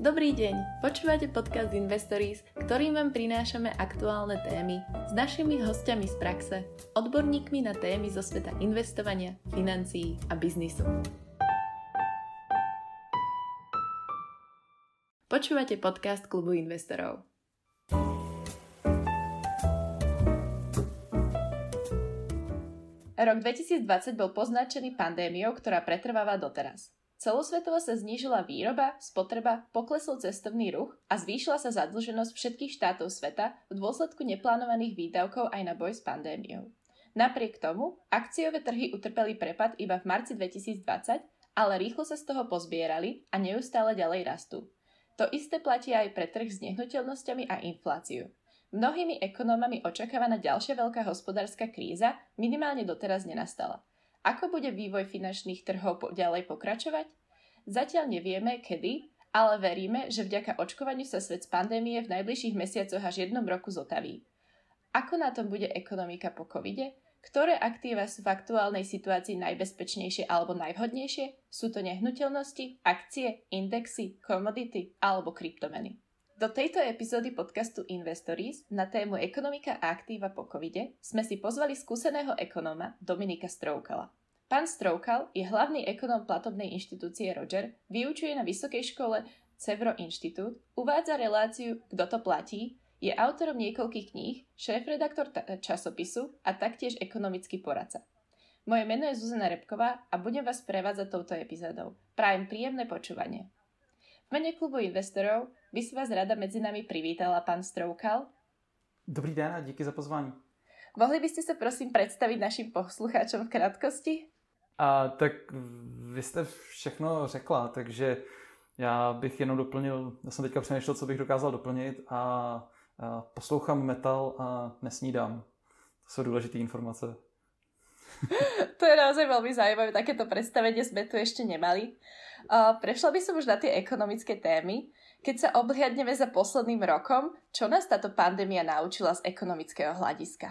Dobrý deň, počúvate podcast Investories, ktorým vám prinášame aktuálne témy s našimi hostiami z praxe, odborníkmi na témy zo sveta investovania, financií a biznisu. Počúvate podcast Klubu investorov. Rok 2020 bol poznačený pandémiou, ktorá pretrváva doteraz. Celosvetovo sa znížila výroba, spotreba, poklesol cestovný ruch a zvýšila sa zadlženosť všetkých štátov sveta v dôsledku neplánovaných výdavkov aj na boj s pandémiou. Napriek tomu, akciové trhy utrpeli prepad iba v marci 2020, ale rýchlo sa z toho pozbierali a neustále ďalej rastú. To isté platí aj pre trh s nehnuteľnosťami a infláciu. Mnohými ekonómami očakávaná ďalšia veľká hospodárska kríza minimálne doteraz nenastala. Ako bude vývoj finančných trhov ďalej pokračovať? Zatiaľ nevieme, kedy, ale veríme, že vďaka očkovaniu sa svet z pandémie v najbližších mesiacoch až 1 roku zotaví. Ako na tom bude ekonomika po covide? Ktoré aktíva sú v aktuálnej situácii najbezpečnejšie alebo najvhodnejšie? Sú to nehnuteľnosti, akcie, indexy, komodity alebo kryptomeny? Do tejto epizódy podcastu Investories na tému ekonomika a aktíva po covide sme si pozvali skúseného ekonóma Dominika Stroukala. Pán Stroukal je hlavný ekonóm platobnej inštitúcie Roger, vyučuje na vysokej škole Cevro Inštitút, uvádza reláciu Kto to platí, je autorom niekoľkých kníh, šéfredaktor časopisu a taktiež ekonomický poradca. Moje meno je Zuzana Repková a budem vás prevádzať touto epizódou. Prajem príjemné počúvanie. V mene Klubu investorov by si vás rada medzi nami privítala pán Stroukal. Dobrý den a díky za pozvání. Mohli by ste sa prosím predstaviť našim poslucháčom v krátkosti? Tak vy jste všechno řekla, takže já bych jenom doplnil, já jsem teďka přemýšlel, co bych dokázal doplnit a poslouchám metal a nesnídám. To jsou důležité informace. To je naozaj veľmi zaujímavé, takéto predstavenie sme tu ešte nemali. Prešla by som už na tie ekonomické témy. Keď sa obhliadneme za posledným rokom, čo nás táto pandémia naučila z ekonomického hľadiska?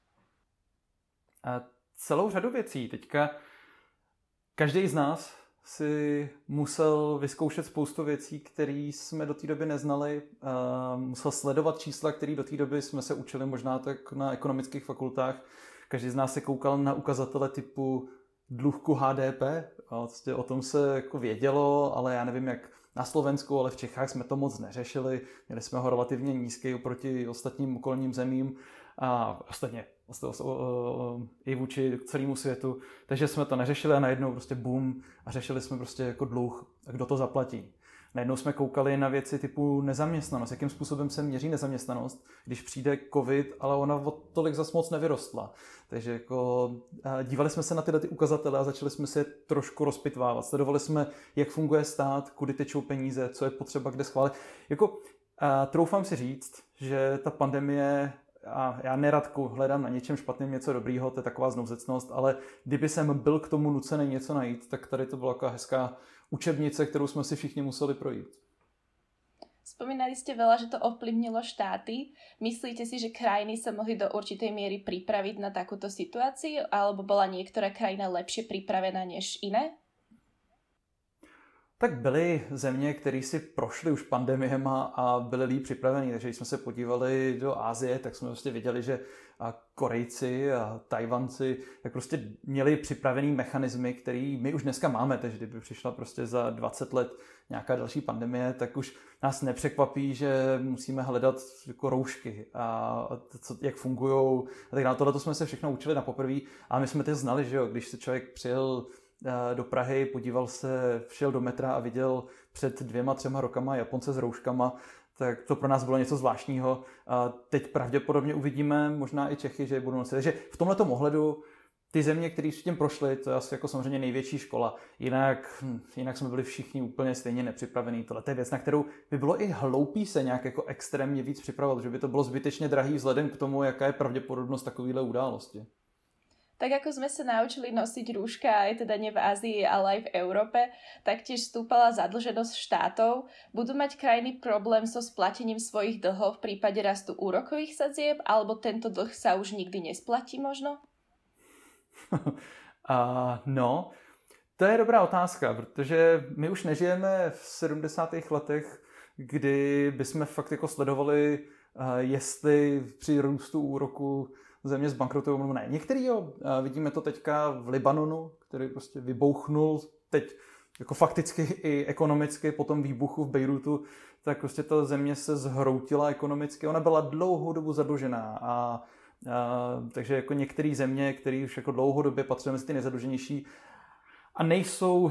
Celou řadu věcí. Teďka každý z nás si musel vyzkoušet spoustu věcí, které jsme do té doby neznali. Musel sledovat čísla, které do té doby jsme se učili možná tak na ekonomických fakultách. Každý z nás se koukal na ukazatele typu dluh ku HDP. O tom se jako vědělo, ale já nevím, jak na Slovensku, ale v Čechách jsme to moc neřešili. Měli jsme ho relativně nízký oproti ostatním okolním zemím a ostatně i vůči celému světu. Takže jsme to neřešili a najednou prostě boom a řešili jsme prostě jako dluh a kdo to zaplatí. Najednou jsme koukali na věci typu nezaměstnanost, jakým způsobem se měří nezaměstnanost, když přijde covid, ale ona o tolik zas moc nevyrostla. Takže jako dívali jsme se na tyhle ukazatele a začali jsme se je trošku rozpitvávat. Sledovali jsme, jak funguje stát, kudy tečou peníze, co je potřeba kde schválit. Jako troufám si říct, že ta pandemie, a já nerad hledám na něčem špatným něco dobrýho, to je taková znouzecnost, ale kdyby jsem byl k tomu nucený něco najít, tak tady to byla taková hezká učebnice, kterou jsme si všichni museli projít. Spomínali ste veľa, že to ovplyvnilo štáty. Myslíte si, že krajiny sa mohli do určitej miery pripraviť na takúto situáciu, alebo bola niektorá krajina lepšie pripravená než iné? Tak byly země, které si prošly už pandemiema a byly líp připravení, takže když jsme se podívali do Asie, tak jsme prostě viděli, že Korejci a Tajvanci tak prostě měli připravený mechanismy, který my už dneska máme, takže kdyby přišla prostě za 20 let nějaká další pandemie, tak už nás nepřekvapí, že musíme hledat jako roušky a jak fungujou. A tak na tohle jsme se všechno učili na poprvé a my jsme to znali, že jo, když se člověk přijel do Prahy, podíval se, šel do metra a viděl před 2-3 rokama Japonce s rouškama, tak to pro nás bylo něco zvláštního. A teď pravděpodobně uvidíme možná i Čechy, že je budou nosit. Takže v tomhletom ohledu ty země, které s tím prošly, to je asi jako samozřejmě největší škola. Jinak jsme byli všichni úplně stejně nepřipravení. Tohle je věc, na kterou by bylo i hloupý se nějak jako extrémně víc připravovat, že by to bylo zbytečně drahý vzhledem k tomu, jaká je pravděpodobnost takovéhle události. Tak ako sme sa naučili nosiť rúška aj teda nie v Ázii, ale aj v Európe, taktiež stúpala zadlženosť štátov. Budú mať krajiny problém so splatením svojich dlhov v prípade rastu úrokových sadzieb, alebo tento dlh sa už nikdy nesplatí možno? No, to je dobrá otázka, protože my už nežijeme v 70. letech kdy bychom fakt jako sledovali, jestli při růstu úroku země zbankrotují nebo ne. Některý vidíme to teďka v Libanonu, který prostě vybouchnul teď jako fakticky i ekonomicky po tom výbuchu v Bejrutu, tak prostě ta země se zhroutila ekonomicky. Ona byla dlouhou dobu zadlužená takže jako některé země, které už jako dlouhodobě patří mezi ty nejzadluženější a nejsou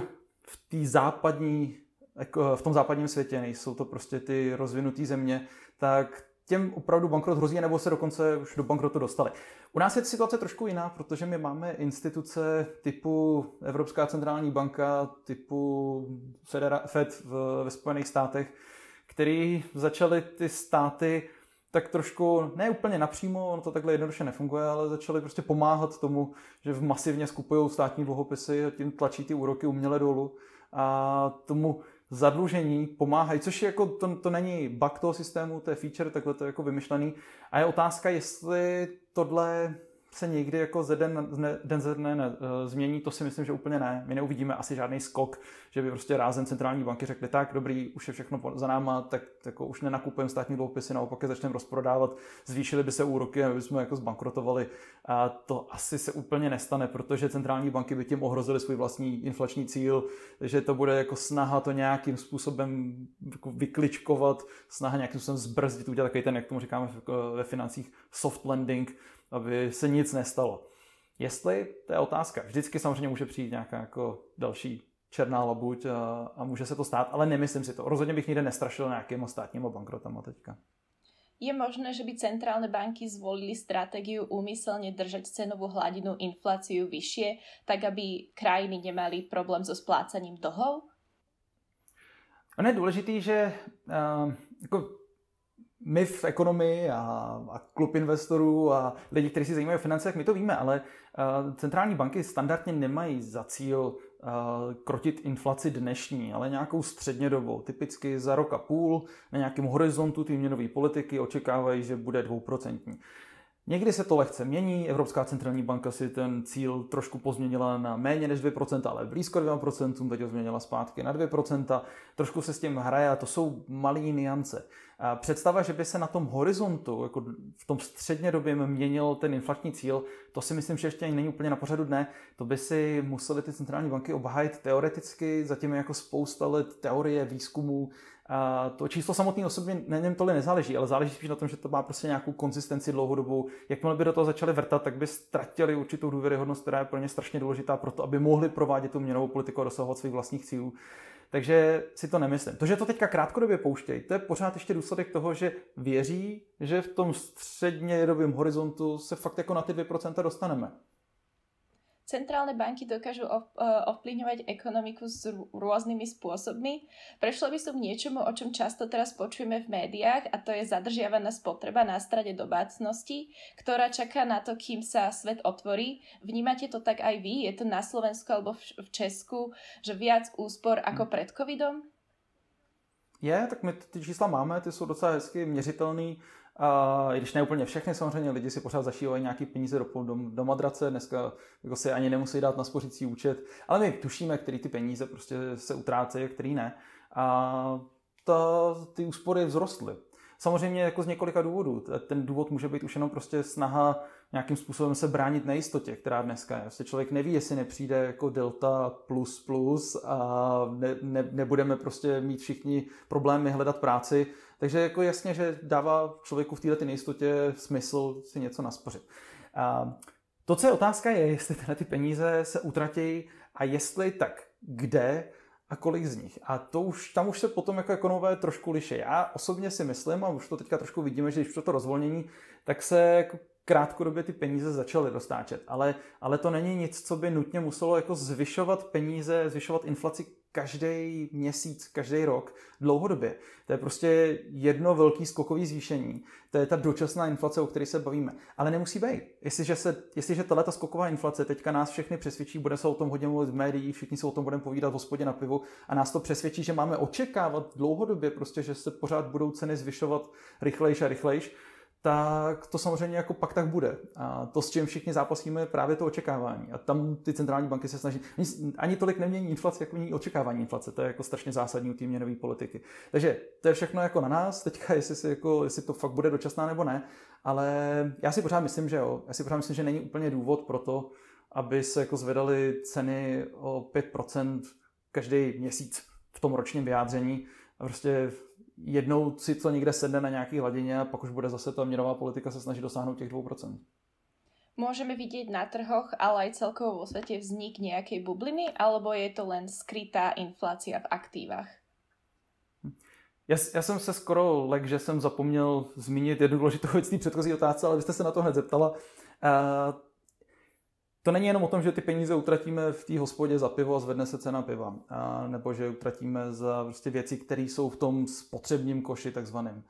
v tom západním světě, nejsou to prostě ty rozvinuté země, tak těm opravdu bankrot hrozí, nebo se dokonce už do bankrotu dostali. U nás je situace trošku jiná, protože my máme instituce typu Evropská centrální banka, typu Fed ve Spojených státech, který začaly ty státy tak trošku, ne úplně napřímo, ono to takhle jednoduše nefunguje, ale začaly prostě pomáhat tomu, že masivně skupují státní dluhopisy a tím tlačí ty úroky uměle dolů a tomu zadlužení pomáhají, což je jako, to není bug toho systému, to je feature, takhle to je jako vymyšlený. A je otázka, jestli tohle se někdy jako ze dne změní, to si myslím, že úplně ne. My neuvidíme asi žádný skok, že by prostě rázem centrální banky řekly, tak dobrý, už je všechno za náma, tak jako už nenakupujeme státní dluhopisy, naopak je začneme rozprodávat, zvýšily by se úroky a my bychom jako zbankrotovali. A to asi se úplně nestane, protože centrální banky by tím ohrozily svůj vlastní inflační cíl, že to bude jako snaha to nějakým způsobem jako vykličkovat, snaha nějakým způsobem zbrzdit, udělat takový ten, jak tomu říkáme ve financích, soft landing, aby se nic nestalo. Jestli, to je otázka. Vždycky samozřejmě může přijít nějaká jako další černá labuť a může se to stát, ale nemyslím si to. Rozhodně bych nikde nestrašil nějakýma státníma bankrotama teďka. Je možné, že by centrálne banky zvolili stratégiu úmyselne držať cenovú hladinu infláciu vyššie, tak aby krajiny nemali problém so splácaním dlhov? Ono je důležitý, že jako my v ekonomii a klub investorů a lidi, kteří si zajímají o finance, my to víme, ale centrální banky standardně nemají za cíl krotit inflaci dnešní, ale nějakou střednědobou. Typicky za rok a půl na nějakém horizontu té měnové politiky očekávají, že bude 2%. Někdy se to lehce mění, Evropská centrální banka si ten cíl trošku pozměnila na méně než 2%, ale blízko 2%, teď ho změnila zpátky na 2%, trošku se s tím hraje a to jsou malý niance. Představa, že by se na tom horizontu, jako v tom střednědobém měnil ten inflační cíl, to si myslím, že ještě není úplně na pořadu dne, to by si museli ty centrální banky obhájit teoreticky, zatím je jako spousta let teorie, výzkumů. A to číslo samotné osobně na něm tolik nezáleží, ale záleží spíš na tom, že to má prostě nějakou konzistenci dlouhodobou. Jakmile by do toho začali vrtat, tak by ztratili určitou důvěryhodnost, která je pro ně strašně důležitá pro to, aby mohli provádět tu měnovou politiku a dosahovat svých vlastních cílů. Takže si to nemyslím. To, že to teďka krátkodobě pouštějí, to je pořád ještě důsledek toho, že věří, že v tom střednědobém horizontu se fakt jako na ty 2% dostaneme. Centrálne banky dokážu ovplyvňovať ekonomiku s rôznymi spôsobmi. Prešla by som niečomu, o čom často teraz počujeme v médiách, a to je zadržiavaná spotreba na strane domácnosti, ktorá čaká na to, kým sa svet otvorí. Vnímate to tak aj vy? Je to na Slovensku alebo v Česku, že viac úspor ako pred covidom? Tak my ty čísla máme, ty jsou docela hezky měřitelný. I když ne úplně všechny, samozřejmě lidi si pořád zašívají nějaký peníze do madrace, dneska jako si ani nemusí dát na spořící účet, ale my tušíme, který ty peníze prostě se utrácejí a který ne. A ty úspory vzrostly. Samozřejmě jako z několika důvodů. Ten důvod může být už jenom prostě snaha nějakým způsobem se bránit nejistotě, která dneska je. Prostě člověk neví, jestli nepřijde jako delta plus a nebudeme prostě mít všichni problémy hledat práci. Takže jako jasně, že dává člověku v této nejistotě smysl si něco naspořit. To, co je otázka, je, jestli tyhle ty peníze se utratí a jestli tak kde a kolik z nich. A tam už se potom jako ekonomové trošku liší. Já osobně si myslím, a už to teďka trošku vidíme, že když to rozvolnění, tak se jako krátkodobě ty peníze začaly roztáčet. Ale to není nic, co by nutně muselo jako zvyšovat peníze, zvyšovat inflaci každý měsíc, každý rok, dlouhodobě. To je prostě jedno velký skokový zvýšení. To je ta dočasná inflace, o které se bavíme. Ale nemusí být. Jestliže tato skoková inflace teďka nás všechny přesvědčí, bude se o tom hodně mluvit v médiích, všichni se o tom budeme povídat v hospodě na pivu a nás to přesvědčí, že máme očekávat dlouhodobě prostě, že se pořád budou ceny zvyšovat rychlejš a rychlejš, tak to samozřejmě jako pak tak bude. A to, s čím všichni zápasíme, je právě to očekávání. A tam ty centrální banky se snaží, ani tolik nemění inflaci, jako mění očekávání inflace. To je jako strašně zásadní u té měnové politiky. Takže to je všechno jako na nás, teďka jestli to fakt bude dočasná nebo ne, ale já si pořád myslím, že jo. Já si pořád myslím, že není úplně důvod pro to, aby se jako zvedaly ceny o 5% každý měsíc v tom ročním vyjádření. A prostě jednou si to někde sedne na nějaký hladině a pak už bude zase ta měnová politika se snažit dosáhnout těch 2%. Môžeme vidieť na trhoch, ale aj celkovo vo svete vznik nejakej bubliny, alebo je to len skrytá inflácia v aktívach? Já jsem se skoro lek, že jsem zapomněl zmínit jednu důležitou věc té předchozí otázce, ale vy jste se na to hned zeptala. To není jenom o tom, že ty peníze utratíme v té hospodě za pivo a zvedne se cena piva, nebo že utratíme za prostě věci, které jsou v tom spotřebním koši takzvaném.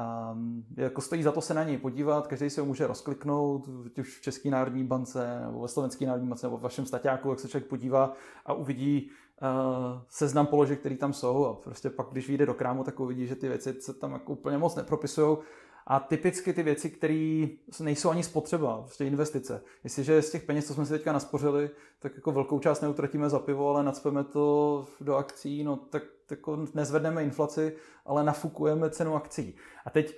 Jako stojí za to se na něj podívat, každý se ho může rozkliknout, už v České národní bance, nebo ve Slovenské národní bance, nebo v vašem staťáku, jak se člověk podívá a uvidí seznam položek, které tam jsou a prostě pak, když vyjde do krámu, tak uvidí, že ty věci se tam jako úplně moc nepropisujou. A typicky ty věci, které nejsou ani spotřeba, prostě investice. Jestliže z těch peněz, co jsme si teďka naspořili, tak jako velkou část neutratíme za pivo, ale nacpeme to do akcí, no tak jako nezvedneme inflaci, ale nafukujeme cenu akcí. A teď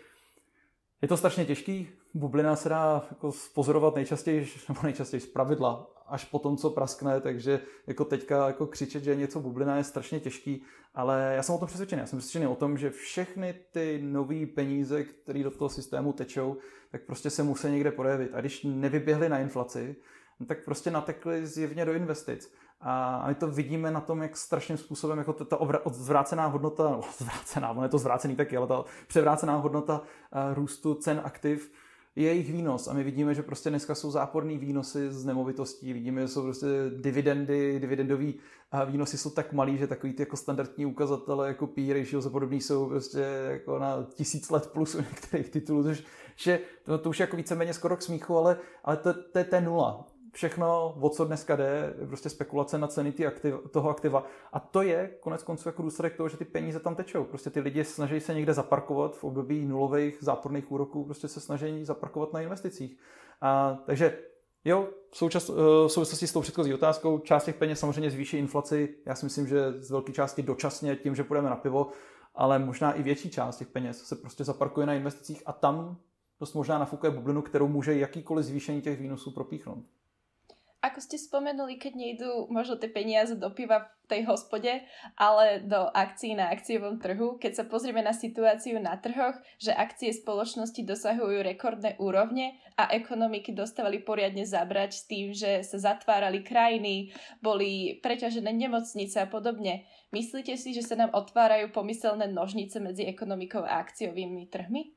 je to strašně těžký, bublina se dá jako pozorovat nejčastěji z pravidla až po tom, co praskne, takže jako teďka jako křičet, že něco bublina je strašně těžký, ale já jsem o tom přesvědčený. Já jsem přesvědčený o tom, že všechny ty nový peníze, které do toho systému tečou, tak prostě se musí někde projevit. A když nevyběhly na inflaci, tak prostě natekly zjevně do investic. A my to vidíme na tom, jak strašným způsobem jako ta zvrácená hodnota, ono je to zvrácený taky, ale ta převrácená hodnota růstu cen aktiv je jejich výnos. A my vidíme, že prostě dneska jsou záporný výnosy z nemovitostí. Vidíme, že jsou prostě dividendový výnosy jsou tak malý, že takový ty jako standardní ukazatele jako P/E ratio a podobný jsou prostě jako na 1000 let plus u některých titulů, že to už je jako víceméně skoro k smíchu, ale to je nula. Všechno, o co dneska jde, je prostě spekulace na ceny toho aktiva. A to je konec konců jako důsledek toho, že ty peníze tam tečou. Prostě ty lidi snaží se někde zaparkovat v období nulových záporných úroků, prostě se snaží zaparkovat na investicích. Takže jo, v souvislosti s tou předchozí otázkou, část těch peněz samozřejmě zvýší inflaci. Já si myslím, že z velké části dočasně tím, že půjdeme na pivo, ale možná i větší část těch peněz se prostě zaparkuje na investicích a tam dost možná nafukuje bublinu, kterou může jakýkoliv zvýšení těch výnosů propíchnout. Ako ste spomenuli, keď nejdú možno tie peniaze do piva v tej hospode, ale do akcií na akciovom trhu, keď sa pozrieme na situáciu na trhoch, že akcie spoločnosti dosahujú rekordné úrovne a ekonomiky dostávali poriadne zabrať s tým, že sa zatvárali krajiny, boli preťažené nemocnice a podobne. Myslíte si, že sa nám otvárajú pomyselné nožnice medzi ekonomikou a akciovými trhmi?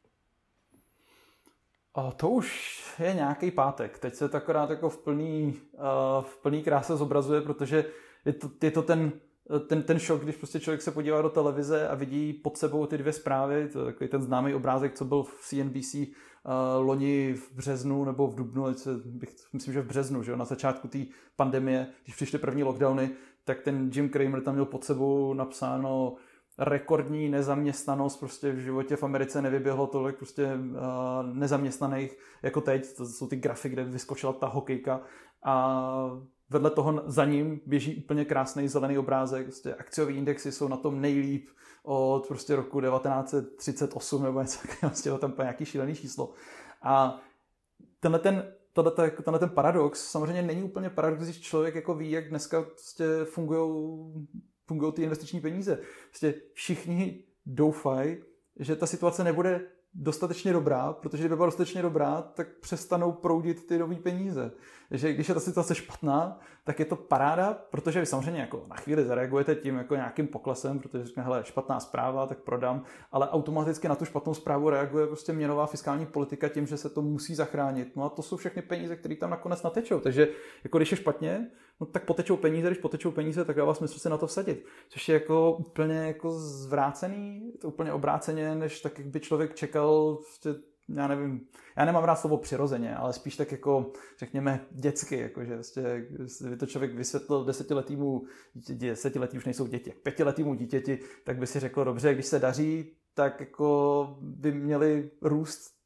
A to už je nějaký pátek. Teď se to akorát jako v plný kráse zobrazuje, protože je to ten šok, když prostě člověk se podívá do televize a vidí pod sebou ty dvě zprávy. To je takový ten známý obrázek, co byl v CNBC loni v březnu nebo v dubnu, myslím, že v březnu, že jo, na začátku té pandemie, když přišly první lockdowny, tak ten Jim Cramer tam měl pod sebou napsáno rekordní nezaměstnanost, prostě v životě v Americe nevyběhlo tolik prostě nezaměstnaných jako teď, to jsou ty grafy, kde vyskočila ta hokejka a vedle toho za ním běží úplně krásný zelený obrázek, prostě akciové indexy jsou na tom nejlíp od prostě roku 1938 nebo něco takového, prostě tam nějaký šílený číslo. A tenhle ten paradox samozřejmě není úplně paradox, když člověk jako ví, jak dneska prostě fungují ty investiční peníze. Prostě všichni doufají, že ta situace nebude dostatečně dobrá, protože kdyby byla dostatečně dobrá, tak přestanou proudit ty nový peníze. Takže když je ta situace špatná, tak je to paráda, protože vy samozřejmě jako na chvíli zareagujete tím jako nějakým poklesem, protože řekne, hele, špatná zpráva, tak prodám, ale automaticky na tu špatnou zprávu reaguje prostě měnová fiskální politika tím, že se to musí zachránit. No a to jsou všechny peníze, které tam nakonec natečou. Takže jako když je špatně, no tak potečou peníze, když potečou peníze, tak dává smysl se na to vsadit. Což je jako úplně jako zvrácený, to úplně obráceně, než tak, jak by člověk čekal, prostě, já nevím, já nemám rád slovo přirozeně, ale spíš tak jako, řekněme, dětsky, jakože prostě, by to člověk vysvětlil desetiletýmu už nejsou děti, 5letýmu dítěti, tak by si řekl, dobře, když se daří, tak jako by měly růst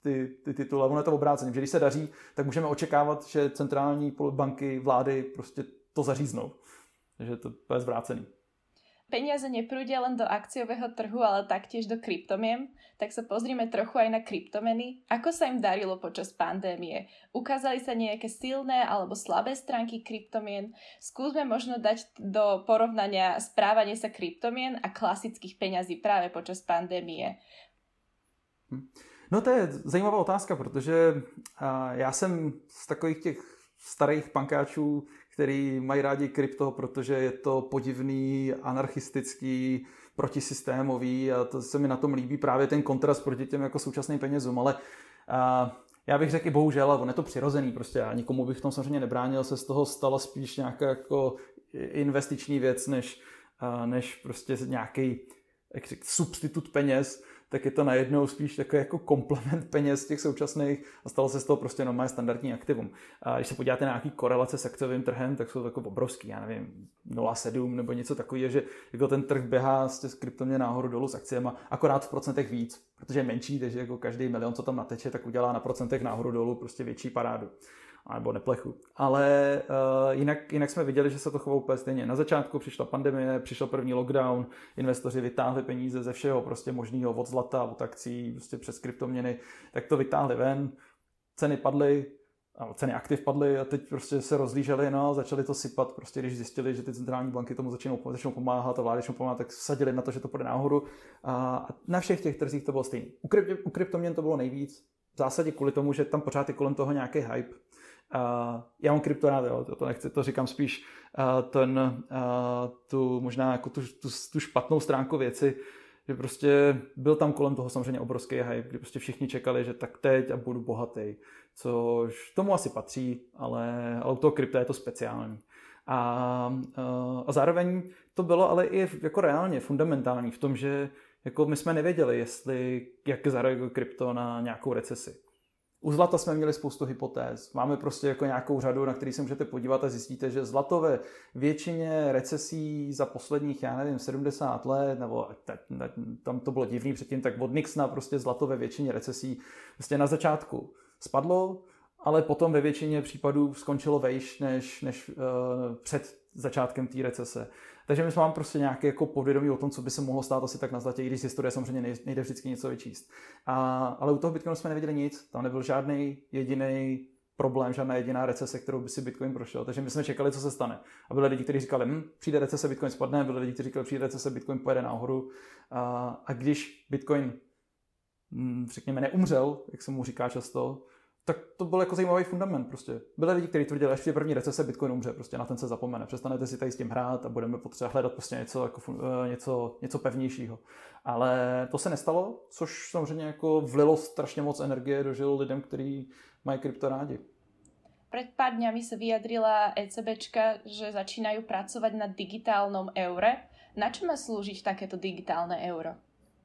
ty tituly. Ono je to obráceně, že když se daří, tak můžeme očekávat, že centrální banky, vlády prostě to zaříznou. Takže to je zvrácený. Peniaze neprúdia len do akciového trhu, ale taktiež do kryptomien, tak sa pozrime trochu aj na kryptomeny. Ako sa im darilo počas pandémie? Ukázali sa nejaké silné alebo slabé stránky kryptomien? Skúsme možno dať do porovnania správanie sa kryptomien a klasických peňazí práve počas pandémie. No to je zajímavá otázka, protože já jsem z takových těch starých pankáčů, který mají rádi krypto, protože je to podivný, anarchistický, protisystémový a to se mi na tom líbí právě ten kontrast proti těm jako současným penězům, ale já bych řekl i bohužel, on je to přirozený prostě a nikomu bych v tom samozřejmě nebránil, se z toho stala spíš nějaká jako investiční věc, než prostě nějaký substitut peněz, tak je to najednou spíš takový jako komplement peněz těch současných a stalo se z toho prostě normálně standardní aktivum. A když se podíváte na nějaký korelace s akciovým trhem, tak jsou to jako obrovský, já nevím, 0,7 nebo něco takového, že jako ten trh běhá z kryptoměn nahoru dolů s akciema, akorát v procentech víc, protože je menší, takže jako každý milion, co tam nateče, tak udělá na procentech nahoru dolů prostě větší parádu. Nebo neplechu. Ale jinak jsme viděli, že se to chovalo úplně stejně. Na začátku přišla pandemie, přišel první lockdown, investoři vytáhli peníze ze všeho prostě možného, od zlata, od akcí, prostě přes kryptoměny, tak to vytáhli ven, ceny padly, ceny aktiv padly a teď prostě se rozlíželi, no a začali to sypat, prostě když zjistili, že ty centrální banky tomu začnou pomáhat a vlády začnou pomáhat, tak vsadili na to, že to půjde nahoru a na všech těch trzích to bylo stejné. U kryptoměn to bylo nejvíc, v zásadě kvůli tomu, že tam pořád je kolem toho nějaký hype. Já mám krypto rád, jo, to nechci, to říkám spíš tu možná jako tu špatnou stránku věci, že prostě byl tam kolem toho samozřejmě obrovský hype, kdy prostě všichni čekali, že tak teď a budu bohatý, což tomu asi patří, ale u toho krypta je to speciální. A zároveň to bylo ale i jako reálně fundamentální v tom, že jako my jsme nevěděli, jak zareaguje krypto na nějakou recesi. U zlata jsme měli spoustu hypotéz. Máme prostě jako nějakou řadu, na který se můžete podívat a zjistíte, že zlato ve většině recesí za posledních, já nevím, 70 let, nebo tam to bylo divný předtím, tak od Nixona prostě zlato ve většině recesí prostě na začátku spadlo, ale potom ve většině případů skončilo vejš než před začátkem té recese. Takže my jsme mám prostě nějaké jako povědomí o tom, co by se mohlo stát asi tak na zlatě, i když z historie samozřejmě nejde vždycky něco vyčíst. Ale u toho Bitcoinu jsme neviděli nic, tam nebyl žádný jediný problém, žádná jediná recese, kterou by si Bitcoin prošel. Takže my jsme čekali, co se stane. A byli lidi, kteří říkali, přijde recese, Bitcoin spadne, byli lidi, kteří říkali, přijde recese, Bitcoin pojede nahoru. A když Bitcoin, řekněme, neumřel, jak se mu říká často, tak to byl jako zajímavý fundament prostě. Byli lidi, kteří tvrdili, až přijde první recese, Bitcoin umře, prostě na ten se zapomene. Přestanete si tady s tím hrát a budeme potřebovat hledat prostě něco pevnějšího. Ale to se nestalo, což samozřejmě jako vlilo strašně moc energie do žil lidem, kteří mají krypto rádi. Pred pár dňami sa vyjadrila ECBčka, že začínajú pracovať na digitálnom eure. Na čo má slúžiť takéto digitálne euro?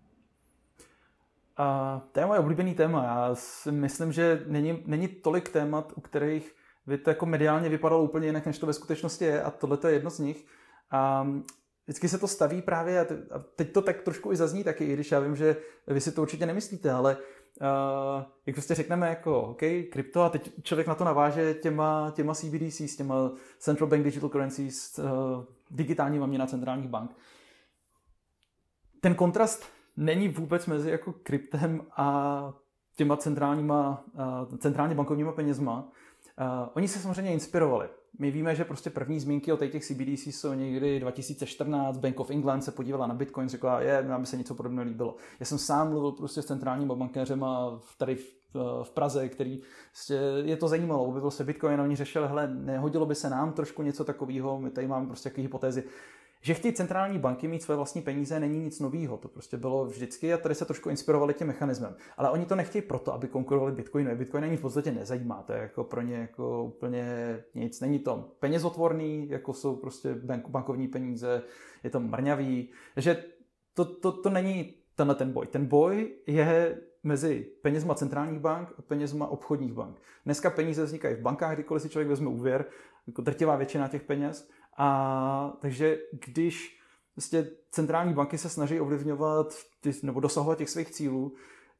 To je moje oblíbený téma. Já si myslím, že není tolik témat, u kterých by to jako mediálně vypadalo úplně jinak, než to ve skutečnosti je a tohle je jedno z nich. Vždycky se to staví právě, a teď to tak trošku i zazní taky, i když já vím, že vy si to určitě nemyslíte, ale jak prostě řekneme jako OK, krypto a teď člověk na to naváže těma CBDCs, těma Central Bank Digital Currencies, digitálníma měna centrálních bank. Ten kontrast není vůbec mezi jako kryptem a těma centrálně bankovníma penězma. Oni se samozřejmě inspirovali. My víme, že prostě první zmínky o těch CBDC jsou někdy 2014, Bank of England se podívala na Bitcoin, řekla, nám by se něco podobného líbilo. Já jsem sám mluvil prostě s centrálníma bankéřema tady v Praze, který je to zajímalo, objevil se Bitcoin a oni řešili, hele, nehodilo by se nám trošku něco takového, my tady máme prostě takové hypotézy. Že chtějí centrální banky mít své vlastní peníze není nic nového, to prostě bylo vždycky a tady se trošku inspirovali tím mechanismem. Ale oni to nechtějí proto, aby konkurovali Bitcoinu. Bitcoin ani v podstatě nezajímá, to je jako pro ně jako úplně nic. Není to penězotvorný, jako jsou prostě bankovní peníze, je to mrňavý. Takže to není tenhle ten boj. Ten boj je mezi penězma centrálních bank a penězma obchodních bank. Dneska peníze vznikají v bankách, kdykoliv si člověk vezme úvěr, jako drtivá většina těch peněz. A takže když vlastně centrální banky se snaží ovlivňovat nebo dosahovat těch svých cílů,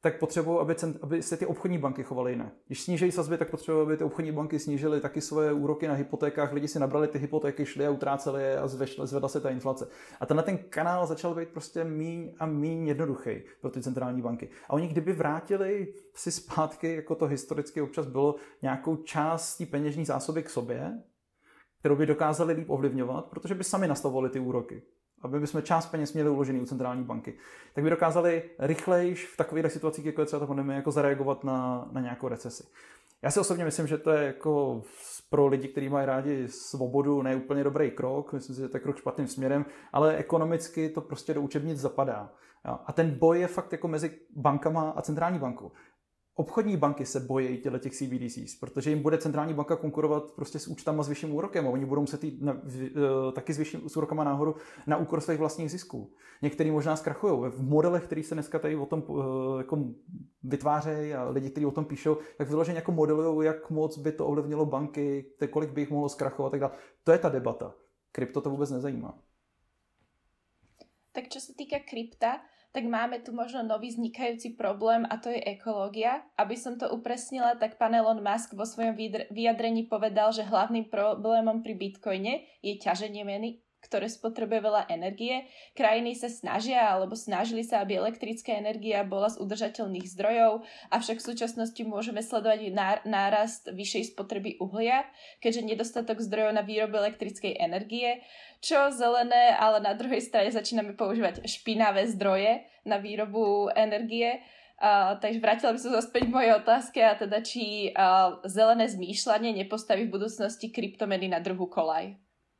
tak potřebují, aby se ty obchodní banky chovaly jinak. Když sníží sazby, tak potřebují, aby ty obchodní banky snížily taky svoje úroky na hypotékách, lidi si nabrali ty hypotéky, šli a utráceli je a zvedla se ta inflace. A tenhle ten kanál začal být prostě míň a míň jednoduchý pro ty centrální banky. A oni kdyby vrátili si zpátky, jako to historicky občas bylo, nějakou část té peněžní zásoby k sobě, kterou by dokázali líp ovlivňovat, protože by sami nastavovali ty úroky. Aby bychom část peněz měli uložený u centrální banky, tak by dokázali rychlejš v takových situacích, jako je třeba ta pandemie, jako zareagovat na nějakou recesi. Já si osobně myslím, že to je jako pro lidi, kteří mají rádi svobodu, ne úplně dobrý krok, myslím si, že to je krok špatným směrem, ale ekonomicky to prostě do učebnic zapadá. A ten boj je fakt jako mezi bankama a centrální bankou. Obchodní banky se bojí těch CBDCs, protože jim bude centrální banka konkurovat prostě s účtama s vyšším úrokem a oni budou muset jít taky s úrokama nahoru na úkor svých vlastních zisků. Některý možná zkrachují. V modelech, který se dneska tady o tom jako vytvářejí a lidi, kteří o tom píšou, tak vyloženě jako modelují, jak moc by to ovlivnilo banky, kolik by jich mohlo zkrachovat a tak dále. To je ta debata. Krypto to vůbec nezajímá. Tak čo sa týka krypta, tak máme tu možno nový vznikajúci problém a to je ekológia. Aby som to upresnila, tak pán Elon Musk vo svojom vyjadrení povedal, že hlavným problémom pri Bitcoine je ťaženie meny, ktoré spotrebuje veľa energie. Krajiny sa snažia alebo snažili sa, aby elektrická energia bola z udržateľných zdrojov, avšak v súčasnosti môžeme sledovať nárast vyššej spotreby uhlia, keďže nedostatok zdrojov na výrobu elektrickej energie, čo zelené, ale na druhej strane začíname používať špinavé zdroje na výrobu energie. Takže vrátila by som sa späť k mojej otázke a teda či zelené zmýšľanie nepostaví v budúcnosti kryptomeny na druhú kolaj.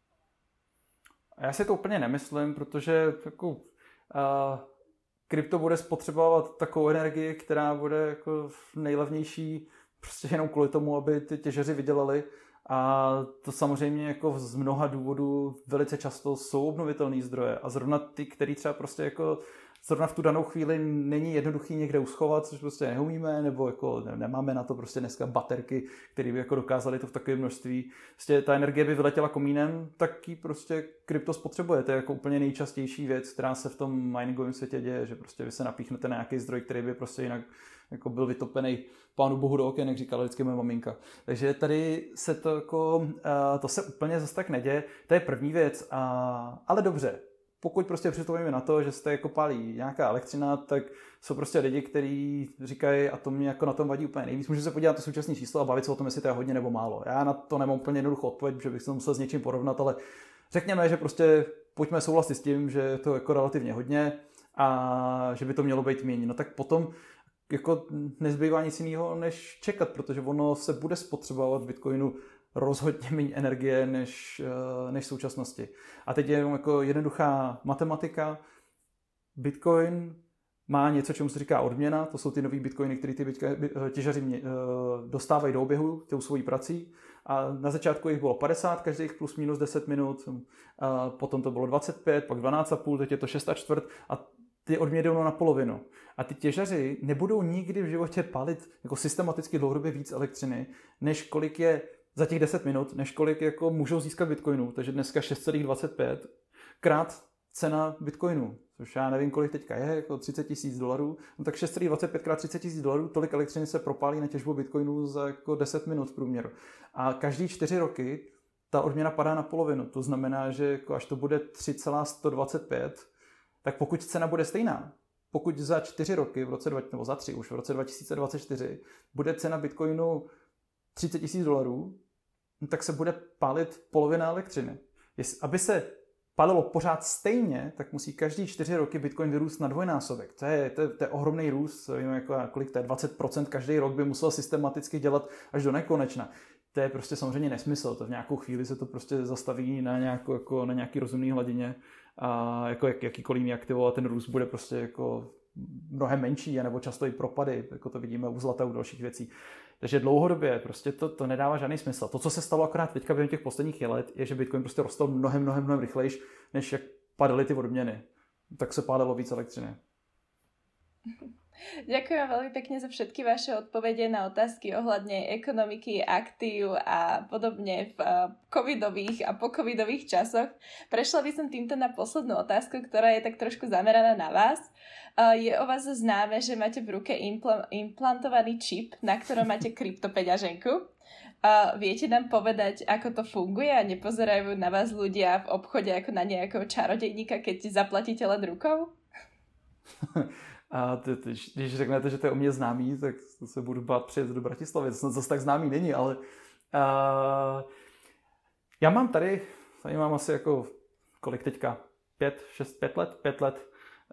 Já si to úplně nemyslím, protože krypto bude spotřebovat takovou energii, která bude jako nejlevnější prostě jenom kvůli tomu, aby ty těžaři vydělali. A to samozřejmě jako z mnoha důvodů velice často jsou obnovitelné zdroje. A zrovna ty, který třeba prostě jako zrovna v tu danou chvíli není jednoduchý někde uschovat, což prostě neumíme, nebo jako nemáme na to prostě dneska baterky, které by jako dokázaly to v takovém množství. Prostě ta energie by vyletěla komínem, tak ji prostě krypto spotřebuje. To je jako úplně nejčastější věc, která se v tom miningovém světě děje, že prostě vy se napíchnete na nějaký zdroj, který by prostě jinak jako byl vytopený pánu bohu do oken, jak říkala vždycky moje maminka. Takže tady se to jako, to se úplně zase tak neděje. To je první věc, ale dobře. Pokud prostě přistoupíme na to, že se jako pálí nějaká elektřina, tak jsou prostě lidi, kteří říkají, a to mě jako na tom vadí úplně nejvíc. Můžu se podívat na to současné číslo a bavit se o tom, jestli to je hodně nebo málo. Já na to nemám úplně jednoduchou odpověď, že bych se musel s něčím porovnat, ale řekněme, že prostě pojďme souhlasit s tím, že je to jako relativně hodně a že by to mělo být méně. No tak potom jako nezbývá nic jiného, než čekat, protože ono se bude spotřebovat v Bitcoinu rozhodně méně energie než v současnosti. A teď je jako jednoduchá matematika. Bitcoin má něco, čemu se říká odměna, to jsou ty nový bitcoiny, které ty těžaři dostávají do oběhu tou svojí prací. A na začátku jich bylo 50, každých plus minus 10 minut, a potom to bylo 25, pak 12,5, teď je to 6,25 a ty odměny jdou na polovinu. A ty těžaři nebudou nikdy v životě palit jako systematicky dlouhodobě víc elektřiny, než kolik je za těch 10 minut, než kolik jako můžou získat bitcoinů. Takže dneska 6,25 krát cena bitcoinu, což já nevím, kolik teďka je, jako $30,000, no tak 6,25 krát $30,000, tolik elektřiny se propálí na těžbu bitcoinů za jako 10 minut v průměru. A každý 4 roky ta odměna padá na polovinu. To znamená, že jako až to bude 3,125, tak pokud cena bude stejná, pokud za 4 roky, nebo za 3 už v roce 2024, bude cena bitcoinu $30,000, tak se bude pálit polovina elektřiny. Aby se palilo pořád stejně, tak musí každý 4 roky Bitcoin vyrůst na dvojnásobek. To je ohromný růst, víme, jako, kolik to je, 20% každý rok by musel systematicky dělat až do nekonečna. To je prostě samozřejmě nesmysl, to v nějakou chvíli se to prostě zastaví na nějaký rozumný hladině a jako jakýkoliv jiný aktivo a ten růst bude prostě jako mnohem menší, nebo často i propady, jako to vidíme u zlata, u dalších věcí. Takže dlouhodobě prostě to nedává žádný smysl. To, co se stalo akorát teďka během těch posledních let, je, že Bitcoin prostě rostl mnohem rychlejš, než jak padaly ty odměny. Tak se pádalo víc elektřiny. Ďakujem veľmi pekne za všetky vaše odpovede na otázky ohľadne ekonomiky, aktív a podobne v covidových a po-covidových časoch. Prešla by som týmto na poslednú otázku, ktorá je tak trošku zameraná na vás. Je o vás známe, že máte v ruke implantovaný čip, na ktorom máte kryptopeňaženku. Viete nám povedať, ako to funguje a nepozerajú na vás ľudia v obchode ako na nejakého čarodejníka, keď zaplatíte len rukou? A když řeknete, že to je o mě známý, tak se budu bát přijet do Bratislavy. To zase tak známý není, ale já mám tady mám asi jako, kolik teďka? 5 let.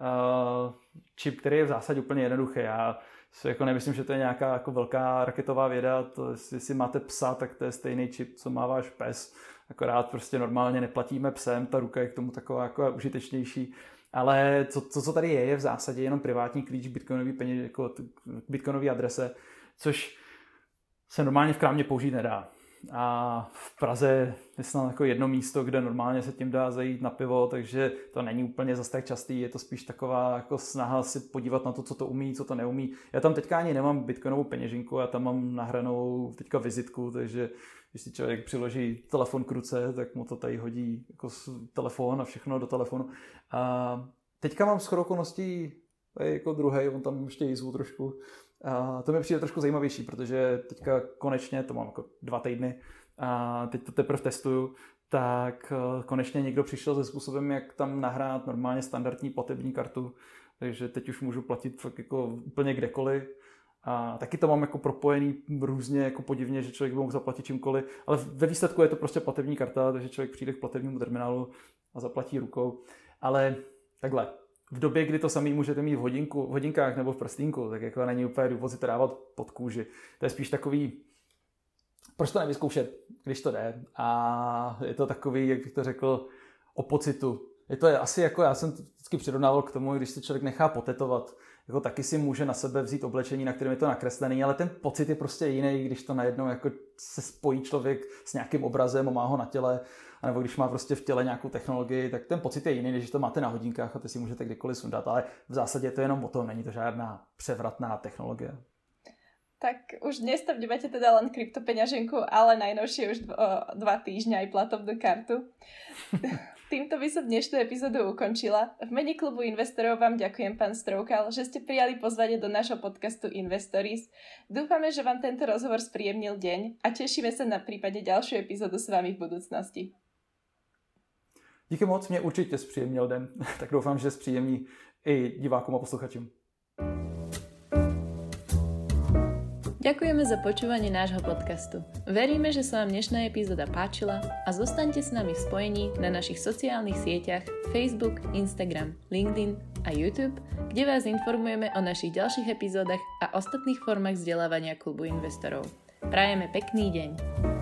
Čip, který je v zásadě úplně jednoduchý. Já si jako nemyslím, že to je nějaká jako velká raketová věda. To, jestli máte psa, tak to je stejný čip, co má váš pes. Akorát prostě normálně neplatíme psem, ta ruka je k tomu taková jako užitečnější. Ale co tady je v zásadě jenom privátní klíč bitcoinový peněz, jako bitcoinový adrese, což se normálně v krámě použít nedá. A v Praze je snad jako jedno místo, kde normálně se tím dá zajít na pivo, takže to není úplně zase tak častý, je to spíš taková jako snaha si podívat na to, co to umí, co to neumí. Já tam teďka ani nemám bitcoinovou peněženku, já tam mám nahranou teďka vizitku, takže když si člověk přiloží telefon k ruce, tak mu to tady hodí jako telefon a všechno do telefonu. A teďka mám shodou okolností jako druhej, on tam ještě jízvu trošku. A to mi přijde trošku zajímavější, protože teďka konečně, to mám jako 2 týdny, a teď to teprve testuju, tak konečně někdo přišel se způsobem, jak tam nahrát normálně standardní platební kartu, takže teď už můžu platit fakt jako úplně kdekoliv. A taky to mám jako propojený různě jako podivně, že člověk by mohl zaplatit čímkoliv, ale ve výsledku je to prostě platební karta, takže člověk přijde k platebnímu terminálu a zaplatí rukou. Ale takhle, v době, kdy to samý můžete mít v hodinkách nebo v prstínku, tak jako není úplně důvod si to dávat pod kůži. To je spíš takový, proč to nevyzkoušet, když to jde. A je to takový, jak bych to řekl, o pocitu. Je to asi jako, já jsem to vždycky přirovnával k tomu, když se člověk nechá potetovat, jako taky si může na sebe vzít oblečení, na kterém je to nakreslený, ale ten pocit je prostě jiný, když to najednou jako se spojí člověk s nějakým obrazem a má ho na těle, anebo když má prostě v těle nějakou technologii, tak ten pocit je jiný, než to máte na hodinkách a ty si můžete kdykoliv sundat, ale v zásadě je to jenom o tom, není to žádná převratná technologie. Tak už dnes tam nemáte teda len kryptopeňaženku, ale najnovšie už 2 týždňa aj platobnú kartu. Týmto by som dnešnú epizódu ukončila. V mene klubu investorov vám ďakujem, pán Stroukal, že ste prijali pozvanie do nášho podcastu Investories. Dúfame, že vám tento rozhovor spríjemnil deň a tešíme sa na prípade ďalšiu epizódu s vami v budúcnosti. Díky moc, mě určitě zpříjemnil den, tak doufám, že zpříjemní i divákům a posluchačům. Ďakujeme za počúvanie nášho podcastu. Veríme, že sa vám dnešná epizóda páčila a zostaňte s nami v spojení na našich sociálnych sieťach Facebook, Instagram, LinkedIn a YouTube, kde vás informujeme o našich ďalších epizódach a ostatných formách vzdelávania klubu investorov. Prajeme pekný deň.